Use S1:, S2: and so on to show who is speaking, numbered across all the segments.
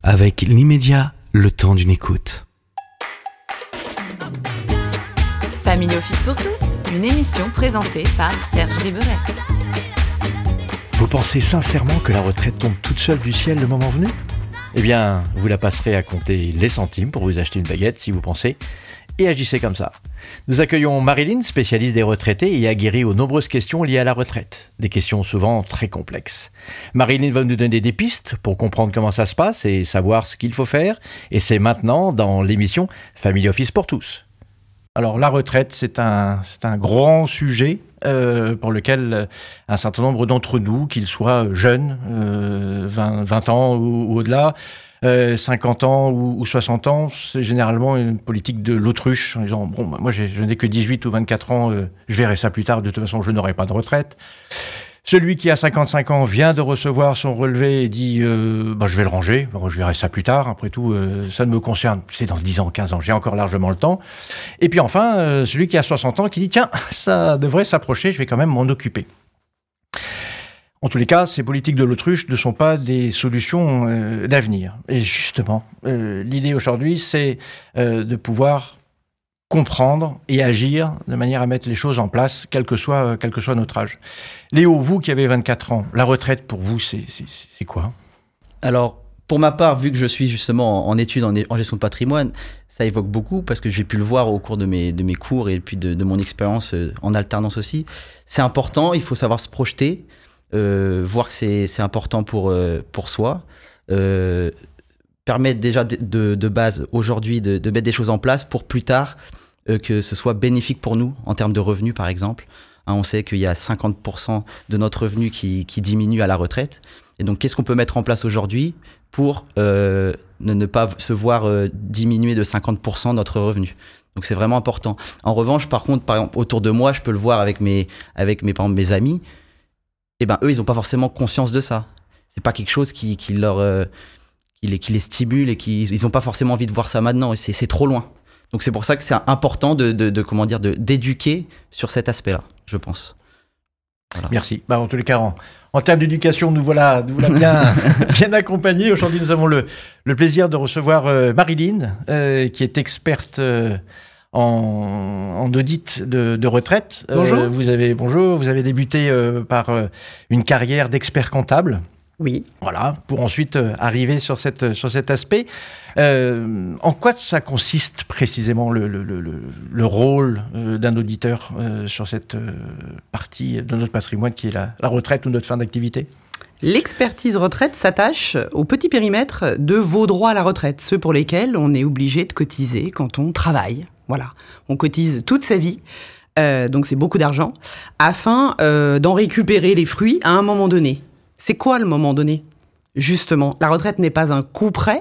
S1: avec l'immédiat, le temps d'une écoute.
S2: Family Office pour tous, une émission présentée par Serge Riberet.
S3: Vous pensez sincèrement que la retraite tombe toute seule du ciel le moment venu ? Eh bien, vous la passerez à compter les centimes pour vous acheter une baguette si vous pensez, et agissez comme ça. Nous accueillons Marilyn, spécialiste des retraités et aguerrie aux nombreuses questions liées à la retraite. Des questions souvent très complexes. Marilyn va nous donner des pistes pour comprendre comment ça se passe et savoir ce qu'il faut faire. Et c'est maintenant dans l'émission Family Office pour tous. Alors la retraite, c'est un grand sujet pour lequel un certain nombre d'entre nous, qu'ils soient jeunes, 20 ans ou au-delà, 50 ans ou 60 ans, c'est généralement une politique de l'autruche, en disant, bon, moi je n'ai que 18 ou 24 ans, je verrai ça plus tard, de toute façon je n'aurai pas de retraite. Celui qui a 55 ans vient de recevoir son relevé et dit je vais le ranger, je verrai ça plus tard, après tout ça ne me concerne, c'est dans 10 ans, 15 ans, j'ai encore largement le temps. Et puis enfin, celui qui a 60 ans qui dit tiens, ça devrait s'approcher, je vais quand même m'en occuper. En tous les cas, ces politiques de l'autruche ne sont pas des solutions d'avenir. Et justement, l'idée aujourd'hui, c'est de pouvoir comprendre et agir de manière à mettre les choses en place, quel que soit notre âge. Léo, vous qui avez 24 ans, la retraite pour vous, c'est quoi ?
S4: Alors, pour ma part, vu que je suis justement en études en gestion de patrimoine, ça évoque beaucoup parce que j'ai pu le voir au cours de mes cours et puis de mon expérience en alternance aussi. C'est important, il faut savoir se projeter, voir que c'est important pour soi. Permettre déjà de base aujourd'hui de mettre des choses en place pour plus tard que ce soit bénéfique pour nous en termes de revenus par exemple. On sait qu'il y a 50% de notre revenu qui diminue à la retraite. Et donc qu'est-ce qu'on peut mettre en place aujourd'hui pour ne pas se voir diminuer de 50% notre revenu. Donc c'est vraiment important. En revanche, par exemple, autour de moi, je peux le voir avec mes par exemple, mes amis. Eh ben eux, ils n'ont pas forcément conscience de ça. C'est pas quelque chose qui les stimule et ils n'ont pas forcément envie de voir ça maintenant et c'est trop loin. Donc c'est pour ça que c'est important d'éduquer sur cet aspect-là, je pense. Voilà.
S3: Merci. En tous les cas, en termes d'éducation, nous voilà bien accompagnés. Aujourd'hui, nous avons le plaisir de recevoir Marilyn, qui est experte en audit de retraite.
S5: Bonjour.
S3: Vous avez débuté par une carrière d'expert comptable.
S5: Oui.
S3: Voilà, pour ensuite arriver sur cet aspect. En quoi ça consiste précisément le rôle d'un auditeur sur cette partie de notre patrimoine qui est la retraite ou notre fin d'activité ?
S5: L'expertise retraite s'attache au petit périmètre de vos droits à la retraite, ceux pour lesquels on est obligé de cotiser quand on travaille. Voilà, on cotise toute sa vie, donc c'est beaucoup d'argent, afin d'en récupérer les fruits à un moment donné. C'est quoi le moment donné ? Justement, la retraite n'est pas un coup près.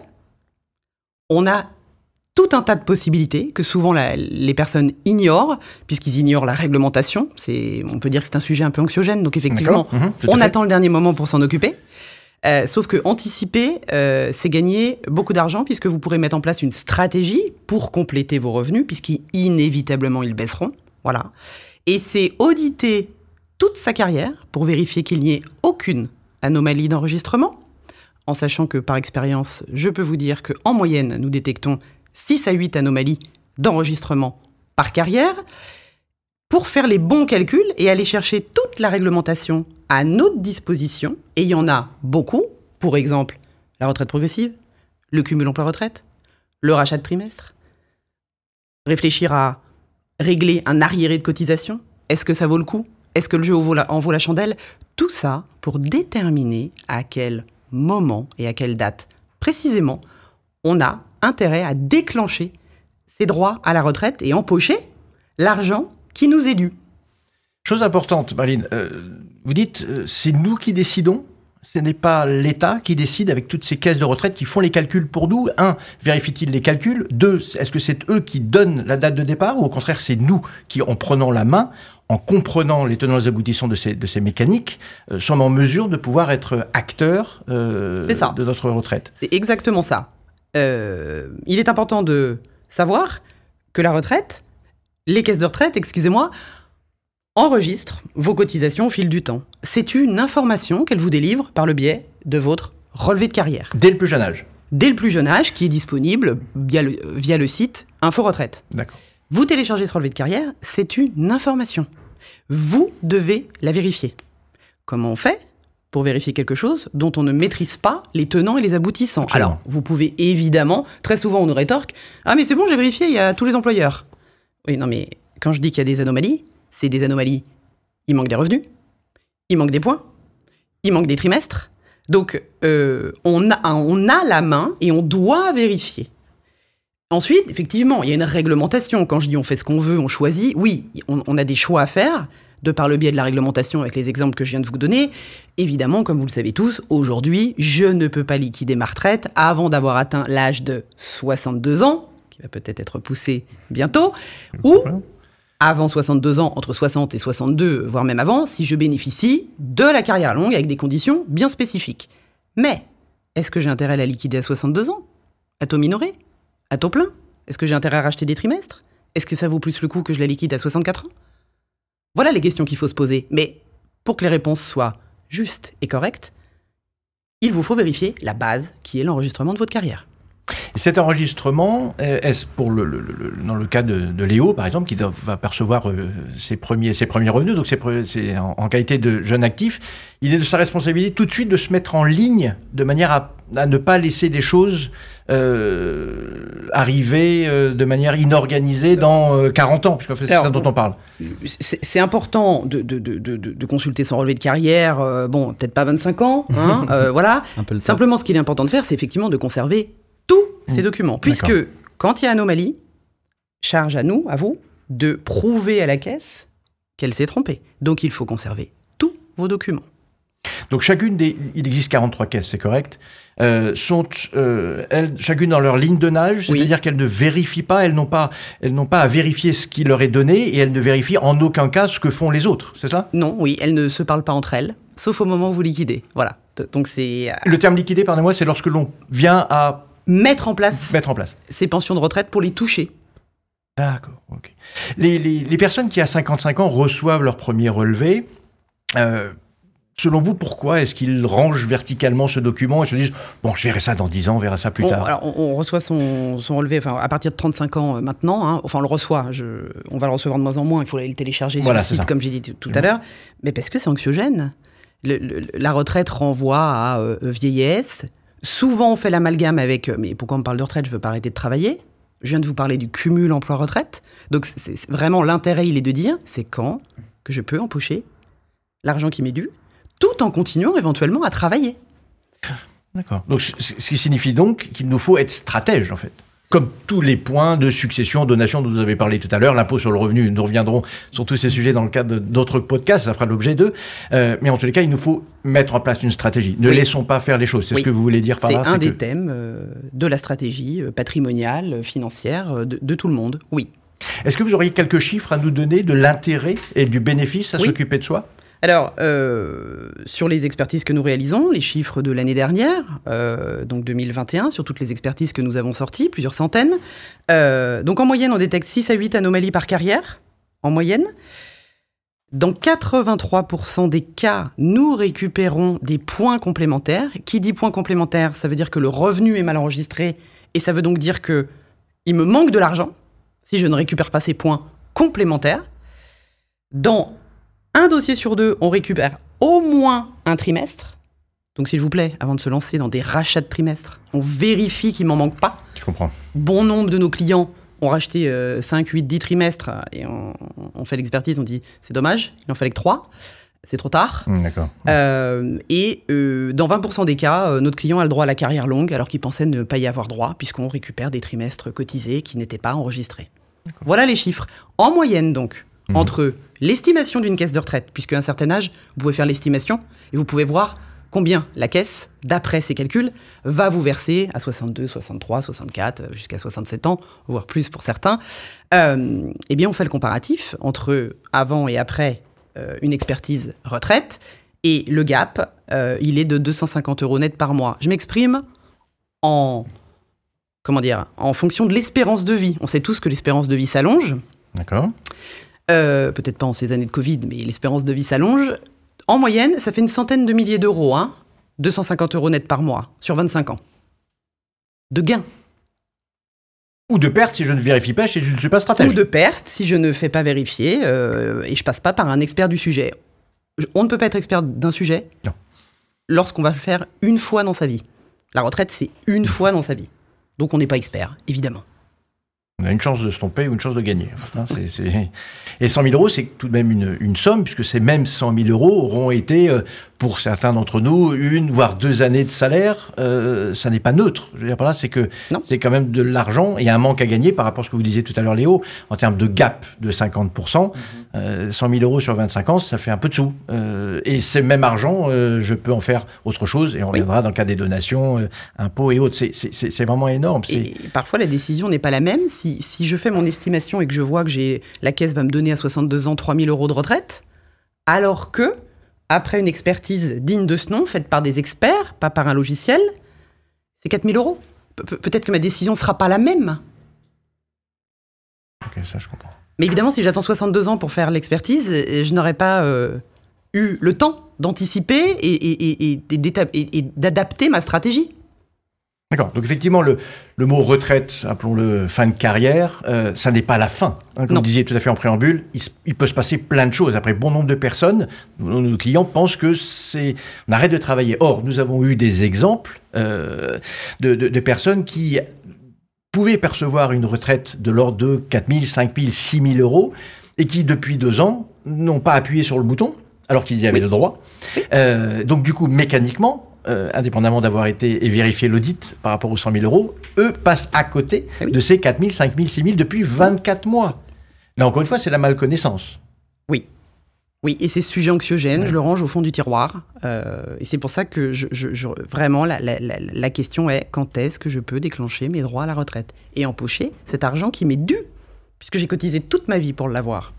S5: On a tout un tas de possibilités que souvent les personnes ignorent, puisqu'ils ignorent la réglementation. On peut dire que c'est un sujet un peu anxiogène, donc effectivement, on attend le dernier moment pour s'en occuper. Sauf que anticiper, c'est gagner beaucoup d'argent, puisque vous pourrez mettre en place une stratégie pour compléter vos revenus, puisqu'inévitablement, ils baisseront. Voilà. Et c'est auditer toute sa carrière pour vérifier qu'il n'y ait aucune anomalie d'enregistrement, en sachant que, par expérience, je peux vous dire qu'en moyenne, nous détectons 6 à 8 anomalies d'enregistrement par carrière, pour faire les bons calculs et aller chercher toute la réglementation à notre disposition. Et il y en a beaucoup, pour exemple, la retraite progressive, le cumul emploi-retraite, le rachat de trimestre, réfléchir à régler un arriéré de cotisation. Est-ce que ça vaut le coup ? Est-ce que le jeu en vaut la chandelle ? Tout ça pour déterminer à quel moment et à quelle date précisément on a intérêt à déclencher ses droits à la retraite et empocher l'argent qui nous est dû.
S3: Chose importante, Marilyn, vous dites c'est nous qui décidons, ce n'est pas l'État qui décide avec toutes ces caisses de retraite qui font les calculs pour nous. 1, vérifie-t-il les calculs ? 2, est-ce que c'est eux qui donnent la date de départ ou au contraire c'est nous qui, en prenant la main, en comprenant les tenants et les aboutissants de ces mécaniques, sommes en mesure de pouvoir être acteurs de notre retraite.
S5: C'est exactement ça. Il est important de savoir que la retraite, les caisses de retraite, enregistrent vos cotisations au fil du temps. C'est une information qu'elles vous délivrent par le biais de votre relevé de carrière.
S3: Dès le plus jeune âge.
S5: dès le plus jeune âge, qui est disponible via le site Info Retraite.
S3: D'accord.
S5: Vous téléchargez ce relevé de carrière, c'est une information. Vous devez la vérifier. Comment on fait pour vérifier quelque chose dont on ne maîtrise pas les tenants et les aboutissants?
S3: Absolument.
S5: Alors, vous pouvez évidemment, très souvent on nous rétorque, « Ah mais c'est bon, j'ai vérifié, il y a tous les employeurs. » Oui, non mais quand je dis qu'il y a des anomalies, c'est des anomalies. Il manque des revenus, il manque des points, il manque des trimestres. Donc, on a la main et on doit vérifier. Ensuite, effectivement, il y a une réglementation. Quand je dis on fait ce qu'on veut, on choisit, oui, on a des choix à faire, de par le biais de la réglementation avec les exemples que je viens de vous donner. Évidemment, comme vous le savez tous, aujourd'hui, je ne peux pas liquider ma retraite avant d'avoir atteint l'âge de 62 ans, qui va peut-être être poussé bientôt, ou avant 62 ans, entre 60 et 62, voire même avant, si je bénéficie de la carrière longue avec des conditions bien spécifiques. Mais, est-ce que j'ai intérêt à la liquider à 62 ans? À taux minoré? À taux plein? Est-ce que j'ai intérêt à racheter des trimestres? Est-ce que ça vaut plus le coup que je la liquide à 64 ans? Voilà les questions qu'il faut se poser. Mais pour que les réponses soient justes et correctes, il vous faut vérifier la base qui est l'enregistrement de votre carrière.
S3: Et cet enregistrement, est-ce pour dans le cas de Léo, par exemple, qui va percevoir ses premiers revenus, donc c'est en qualité de jeune actif, il est de sa responsabilité tout de suite de se mettre en ligne de manière à ne pas laisser des choses arriver de manière inorganisée dans 40 ans, puisque c'est ça dont on parle.
S5: C'est important de consulter son relevé de carrière, bon, peut-être pas 25 ans, hein, voilà. Simplement, ce qu'il est important de faire, c'est effectivement de conserver tous ces documents. Puisque, quand il y a anomalie, charge à nous, à vous, de prouver à la caisse qu'elle s'est trompée. Donc, il faut conserver tous vos documents.
S3: Donc, il existe 43 caisses, c'est correct, sont elles, chacune dans leur ligne de nage, c'est-à-dire qu'elles ne vérifient pas, elles n'ont pas à vérifier ce qui leur est donné, et elles ne vérifient en aucun cas ce que font les autres, c'est ça?
S5: Non, oui, elles ne se parlent pas entre elles, sauf au moment où vous liquidez. Voilà. Donc, c'est...
S3: Le terme liquidé, pardonnez-moi, c'est lorsque l'on vient à...
S5: Mettre en place ces pensions de retraite pour les toucher.
S3: D'accord, ok. Les personnes qui, à 55 ans, reçoivent leur premier relevé, selon vous, pourquoi est-ce qu'ils rangent verticalement ce document et se disent « Bon, je verrai ça dans 10 ans, on verra ça plus tard ». Alors,
S5: on reçoit son relevé à partir de 35 ans maintenant. Hein, enfin, on le reçoit. On va le recevoir de moins en moins. Il faut aller le télécharger sur le site, comme j'ai dit tout à l'heure. Mais parce que c'est anxiogène. La retraite renvoie à vieillesse. Souvent, on fait l'amalgame avec « Mais pourquoi on me parle de retraite? Je veux pas arrêter de travailler ». Je viens de vous parler du cumul emploi-retraite. Donc, c'est vraiment l'intérêt, il est de dire, c'est quand que je peux empocher l'argent qui m'est dû, tout en continuant éventuellement à travailler.
S3: D'accord. Donc, ce qui signifie donc qu'il nous faut être stratège, en fait. Comme tous les points de succession, donation dont vous avez parlé tout à l'heure, l'impôt sur le revenu, nous reviendrons sur tous ces sujets dans le cadre d'autres podcasts, ça fera l'objet d'eux. Mais en tous les cas, il nous faut mettre en place une stratégie. Ne laissons pas faire les choses. C'est ce que vous voulez dire par là?
S5: C'est un des thèmes de la stratégie patrimoniale, financière, de tout le monde, oui.
S3: Est-ce que vous auriez quelques chiffres à nous donner de l'intérêt et du bénéfice à s'occuper de soi?
S5: Alors, sur les expertises que nous réalisons, les chiffres de l'année dernière, donc 2021, sur toutes les expertises que nous avons sorties, plusieurs centaines, donc en moyenne, on détecte 6 à 8 anomalies par carrière, en moyenne. Dans 83% des cas, nous récupérons des points complémentaires. Qui dit points complémentaires, ça veut dire que le revenu est mal enregistré, et ça veut donc dire qu'il me manque de l'argent, si je ne récupère pas ces points complémentaires. Dans un dossier sur deux, on récupère au moins un trimestre. Donc, s'il vous plaît, avant de se lancer dans des rachats de trimestres, on vérifie qu'il ne m'en manque pas.
S3: Je comprends.
S5: Bon nombre de nos clients ont racheté 5, 8, 10 trimestres et on fait l'expertise, on dit c'est dommage, il en fallait que 3. C'est trop tard.
S3: D'accord.
S5: Et dans 20% des cas, notre client a le droit à la carrière longue alors qu'il pensait ne pas y avoir droit puisqu'on récupère des trimestres cotisés qui n'étaient pas enregistrés. D'accord. Voilà les chiffres. En moyenne, donc, entre l'estimation d'une caisse de retraite, puisqu'à un certain âge, vous pouvez faire l'estimation et vous pouvez voir combien la caisse, d'après ses calculs, va vous verser à 62, 63, 64, jusqu'à 67 ans, voire plus pour certains. Eh bien, on fait le comparatif entre avant et après une expertise retraite, et le gap, il est de 250 € net par mois. Je m'exprime en fonction de l'espérance de vie. On sait tous que l'espérance de vie s'allonge.
S3: D'accord.
S5: Peut-être pas en ces années de Covid, mais l'espérance de vie s'allonge. En moyenne, ça fait une centaine de milliers d'euros, 250 € net par mois, sur 25 ans. de gain.
S3: Ou de perte si je ne vérifie pas, si je ne suis pas stratège.
S5: Ou de perte si je ne fais pas vérifier et je passe pas par un expert du sujet. On ne peut pas être expert d'un sujet lorsqu'on va le faire une fois dans sa vie. La retraite, c'est une fois dans sa vie. Donc on n'est pas expert, évidemment.
S3: On a une chance de se tromper ou une chance de gagner. Et 100 000 euros, c'est tout de même une somme, puisque ces mêmes 100 000 euros auront été, pour certains d'entre nous, 1 voire 2 années de salaire. Ça n'est pas neutre. Je veux dire par là, c'est que c'est quand même de l'argent et un manque à gagner par rapport à ce que vous disiez tout à l'heure, Léo, en termes de gap de 50%. 100 000 euros sur 25 ans, ça fait un peu de sous. Et ce même argent, je peux en faire autre chose, et on reviendra dans le cas des donations, impôts et autres. C'est vraiment énorme.
S5: Et parfois, la décision n'est pas la même. Si je fais mon estimation et que je vois que la caisse va me donner à 62 ans 3 000 euros de retraite, alors que, après une expertise digne de ce nom, faite par des experts, pas par un logiciel, c'est 4 000 euros. Peut-être que ma décision ne sera pas la même.
S3: Ok, ça je comprends.
S5: Mais évidemment, si j'attends 62 ans pour faire l'expertise, je n'aurais pas eu le temps d'anticiper et d'adapter ma stratégie.
S3: D'accord. Donc effectivement, le mot retraite, appelons-le fin de carrière, ça n'est pas la fin. Comme vous disiez tout à fait en préambule, il peut se passer plein de choses. Après, bon nombre de personnes, nos clients pensent que on arrête de travailler. Or, nous avons eu des exemples de personnes qui pouvaient percevoir une retraite de l'ordre de 4 000, 5 000, 6 000 euros et qui, depuis 2 ans, n'ont pas appuyé sur le bouton alors qu'ils y avaient le droit. Donc du coup, mécaniquement, indépendamment d'avoir été et vérifié l'audit par rapport aux 100 000 euros, eux passent à côté de ces 4 000, 5 000, 6 000 depuis 24 mois. Là, encore une fois, c'est la malconnaissance.
S5: Oui, et c'est ce sujet anxiogène, je le range au fond du tiroir. Et c'est pour ça que vraiment, la question est quand est-ce que je peux déclencher mes droits à la retraite et empocher cet argent qui m'est dû, puisque j'ai cotisé toute ma vie pour l'avoir.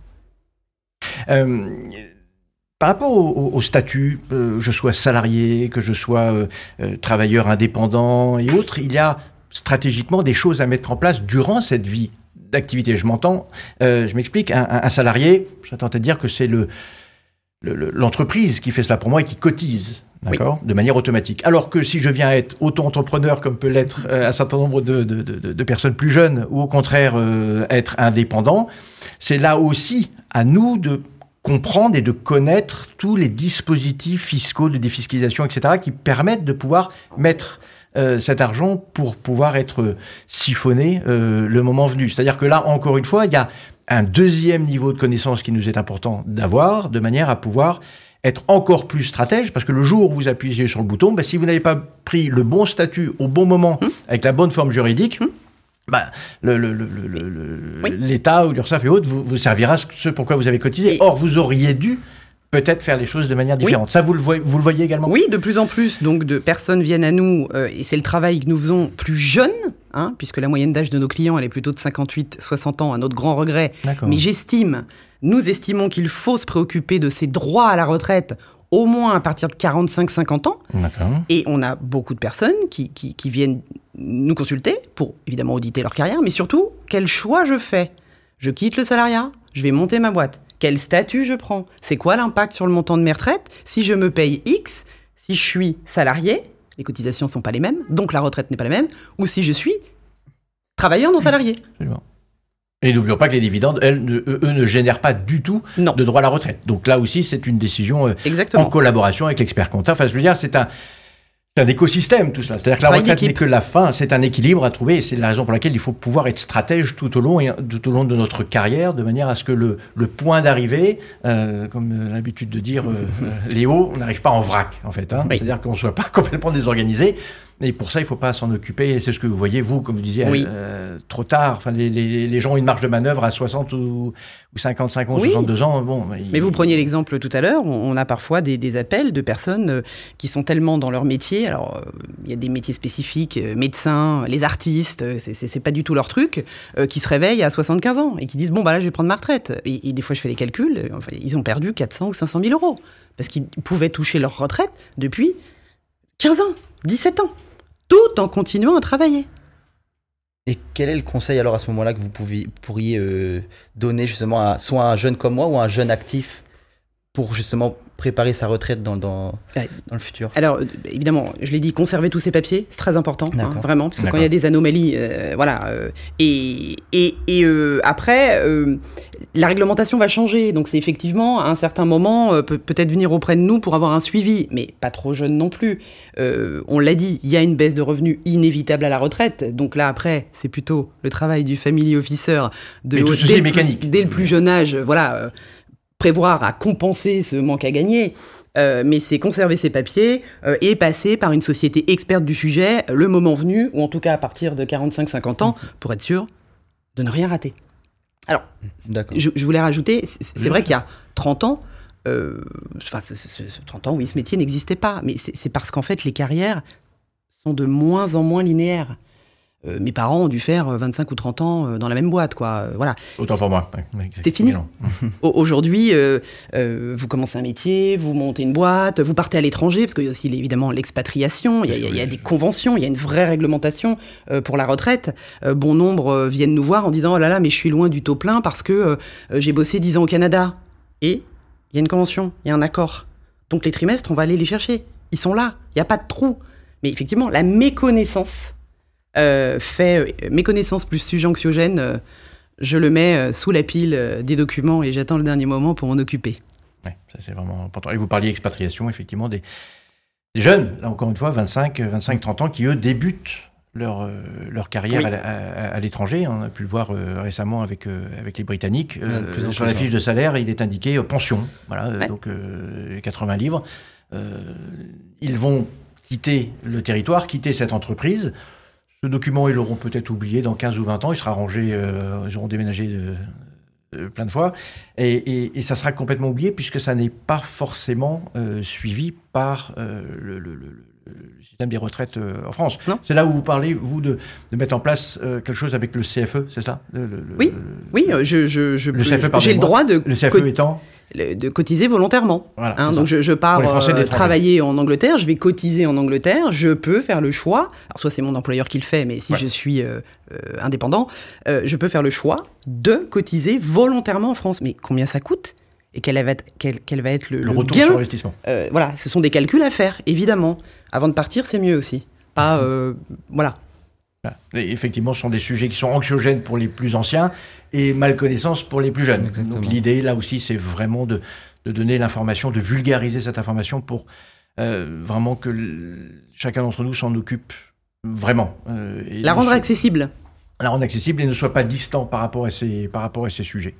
S3: Par rapport au statut, que je sois salarié, que je sois travailleur indépendant et autres, il y a stratégiquement des choses à mettre en place durant cette vie d'activité. Je m'entends, je m'explique, un salarié, j'attends à dire que c'est l'entreprise qui fait cela pour moi et qui cotise, d'accord, de manière automatique. Alors que si je viens être auto-entrepreneur, comme peut l'être un certain nombre de personnes plus jeunes, ou au contraire être indépendant, c'est là aussi à nous de comprendre et de connaître tous les dispositifs fiscaux de défiscalisation, etc., qui permettent de pouvoir mettre cet argent pour pouvoir être siphonné le moment venu. C'est-à-dire que là, encore une fois, il y a un deuxième niveau de connaissance qui nous est important d'avoir, de manière à pouvoir être encore plus stratège, parce que le jour où vous appuyez sur le bouton, si vous n'avez pas pris le bon statut au bon moment, avec la bonne forme juridique, l'État ou l'URSSAF et autres vous servira ce pourquoi vous avez cotisé. Or, vous auriez dû peut-être faire les choses de manière différente. Ça, vous le voyez également ?
S5: Oui, de plus en plus donc, de personnes viennent à nous, et c'est le travail que nous faisons plus jeunes, puisque la moyenne d'âge de nos clients, elle est plutôt de 58-60 ans, à notre grand regret. D'accord. Mais nous estimons qu'il faut se préoccuper de ces droits à la retraite au moins à partir de 45-50 ans. D'accord. Et on a beaucoup de personnes qui viennent nous consulter pour, évidemment, auditer leur carrière, mais surtout, quel choix je fais ? Je quitte le salariat, je vais monter ma boîte. Quel statut je prends ? C'est quoi l'impact sur le montant de mes retraites ? Si je me paye X, si je suis salarié, les cotisations ne sont pas les mêmes, donc la retraite n'est pas la même, ou si je suis travailleur non salarié.
S3: Absolument. Et n'oublions pas que les dividendes, eux ne génèrent pas du tout de droit à la retraite. Donc là aussi, c'est une décision en collaboration avec l'expert comptable. Enfin, je veux dire, c'est un écosystème, tout cela. C'est-à-dire que la retraite n'est que la fin, c'est un équilibre à trouver, et c'est la raison pour laquelle il faut pouvoir être stratège tout au long de notre carrière, de manière à ce que le point d'arrivée, comme l'habitude de dire Léo, on n'arrive pas en vrac, en fait. C'est-à-dire qu'on ne soit pas complètement désorganisé. Et pour ça, il ne faut pas s'en occuper. Et c'est ce que vous voyez, vous, comme vous disiez, trop tard. Enfin, les gens ont une marge de manœuvre à 60 ou 55 ans, 62 ans. Bon,
S5: mais vous preniez l'exemple tout à l'heure. On a parfois des appels de personnes qui sont tellement dans leur métier. Alors, il y a des métiers spécifiques, médecins, les artistes, c'est pas du tout leur truc, qui se réveillent à 75 ans et qui disent, bon, là, je vais prendre ma retraite. Et des fois, je fais les calculs. Enfin, ils ont perdu 400 ou 500 000 euros parce qu'ils pouvaient toucher leur retraite depuis 15 ans, 17 ans. Tout en continuant à travailler.
S4: Et quel est le conseil alors à ce moment-là que vous pourriez donner justement soit à un jeune comme moi ou à un jeune actif pour justement préparer sa retraite dans le futur?
S5: Alors, évidemment, je l'ai dit, conserver tous ces papiers, c'est très important, vraiment, parce que quand il y a des anomalies, après, la réglementation va changer, donc c'est effectivement, à un certain moment, peut-être venir auprès de nous pour avoir un suivi, mais pas trop jeune non plus. On l'a dit, il y a une baisse de revenus inévitable à la retraite, donc là, après, c'est plutôt le travail du family officer dès le plus jeune âge, prévoir à compenser ce manque à gagner, mais c'est conserver ses papiers et passer par une société experte du sujet le moment venu, ou en tout cas à partir de 45-50 ans, pour être sûr de ne rien rater. Alors, je voulais rajouter, c'est vrai qu'il y a 30 ans, 30 ans, oui, ce métier n'existait pas, mais c'est parce qu'en fait, les carrières sont de moins en moins linéaires. Mes parents ont dû faire 25 ou 30 ans dans la même boîte, quoi. Voilà.
S3: Autant pour moi.
S5: C'est fini. Aujourd'hui, vous commencez un métier, vous montez une boîte, vous partez à l'étranger, parce qu'il y a aussi évidemment l'expatriation, il y a des conventions, il y a une vraie réglementation pour la retraite. Bon nombre viennent nous voir en disant « Oh là là, mais je suis loin du taux plein parce que j'ai bossé 10 ans au Canada. » Et il y a une convention, il y a un accord. Donc les trimestres, on va aller les chercher. Ils sont là, il n'y a pas de trou. Mais effectivement, la méconnaissance méconnaissance plus sujet anxiogène, je le mets sous la pile des documents et j'attends le dernier moment pour m'en occuper.
S3: Oui, ça c'est vraiment important. Et vous parliez expatriation, effectivement, des jeunes, là encore une fois, 25-30 ans, qui eux débutent leur carrière à l'étranger. On a pu le voir récemment avec les Britanniques. Sur la fiche de salaire, il est indiqué pension, donc 80 livres. Ils vont quitter le territoire, quitter cette entreprise. Ce document, ils l'auront peut-être oublié dans 15 ou 20 ans. Il sera rangé, ils auront déménagé plein de fois. Et ça sera complètement oublié puisque ça n'est pas forcément suivi par le système des retraites en France. Non. C'est là où vous parlez, vous, de mettre en place quelque chose avec le CFE, c'est ça?
S5: Oui, j'ai le droit de...
S3: Le CFE étant
S5: de cotiser volontairement.
S3: Voilà,
S5: donc je pars travailler en Angleterre, je vais cotiser en Angleterre, je peux faire le choix, alors soit c'est mon employeur qui le fait, mais si je suis indépendant, je peux faire le choix de cotiser volontairement en France. Mais combien ça coûte ? Et quel va être le
S3: retour
S5: gain
S3: sur investissement.
S5: Ce sont des calculs à faire, évidemment. Avant de partir, c'est mieux aussi. Pas,
S3: Et effectivement, ce sont des sujets qui sont anxiogènes pour les plus anciens et malconnaissance pour les plus jeunes. Exactement. Donc l'idée, là aussi, c'est vraiment de donner l'information, de vulgariser cette information pour vraiment que chacun d'entre nous s'en occupe vraiment.
S5: La rendre accessible.
S3: La rendre accessible et ne soit pas distant par rapport à ces sujets.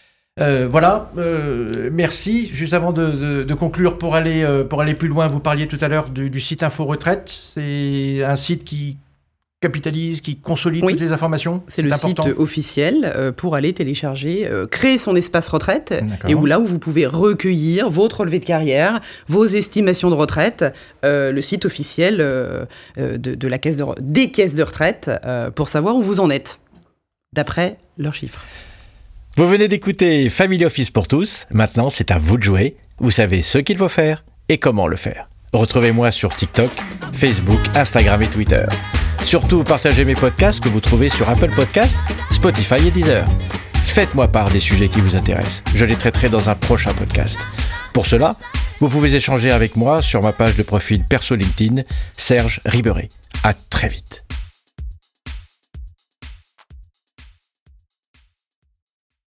S3: Merci. Juste avant de conclure, pour aller plus loin, vous parliez tout à l'heure du site Info Retraite. C'est un site qui capitalise, qui consolide toutes les informations.
S5: C'est le
S3: important.
S5: Site officiel pour aller télécharger, créer son espace retraite, et où vous pouvez recueillir votre relevé de carrière, vos estimations de retraite, le site officiel de la des caisses de retraite pour savoir où vous en êtes, d'après leurs chiffres.
S3: Vous venez d'écouter Family Office pour tous. Maintenant, c'est à vous de jouer. Vous savez ce qu'il faut faire et comment le faire. Retrouvez-moi sur TikTok, Facebook, Instagram et Twitter. Surtout, partagez mes podcasts que vous trouvez sur Apple Podcasts, Spotify et Deezer. Faites-moi part des sujets qui vous intéressent. Je les traiterai dans un prochain podcast. Pour cela, vous pouvez échanger avec moi sur ma page de profil perso LinkedIn, Serge Riberet. À très vite.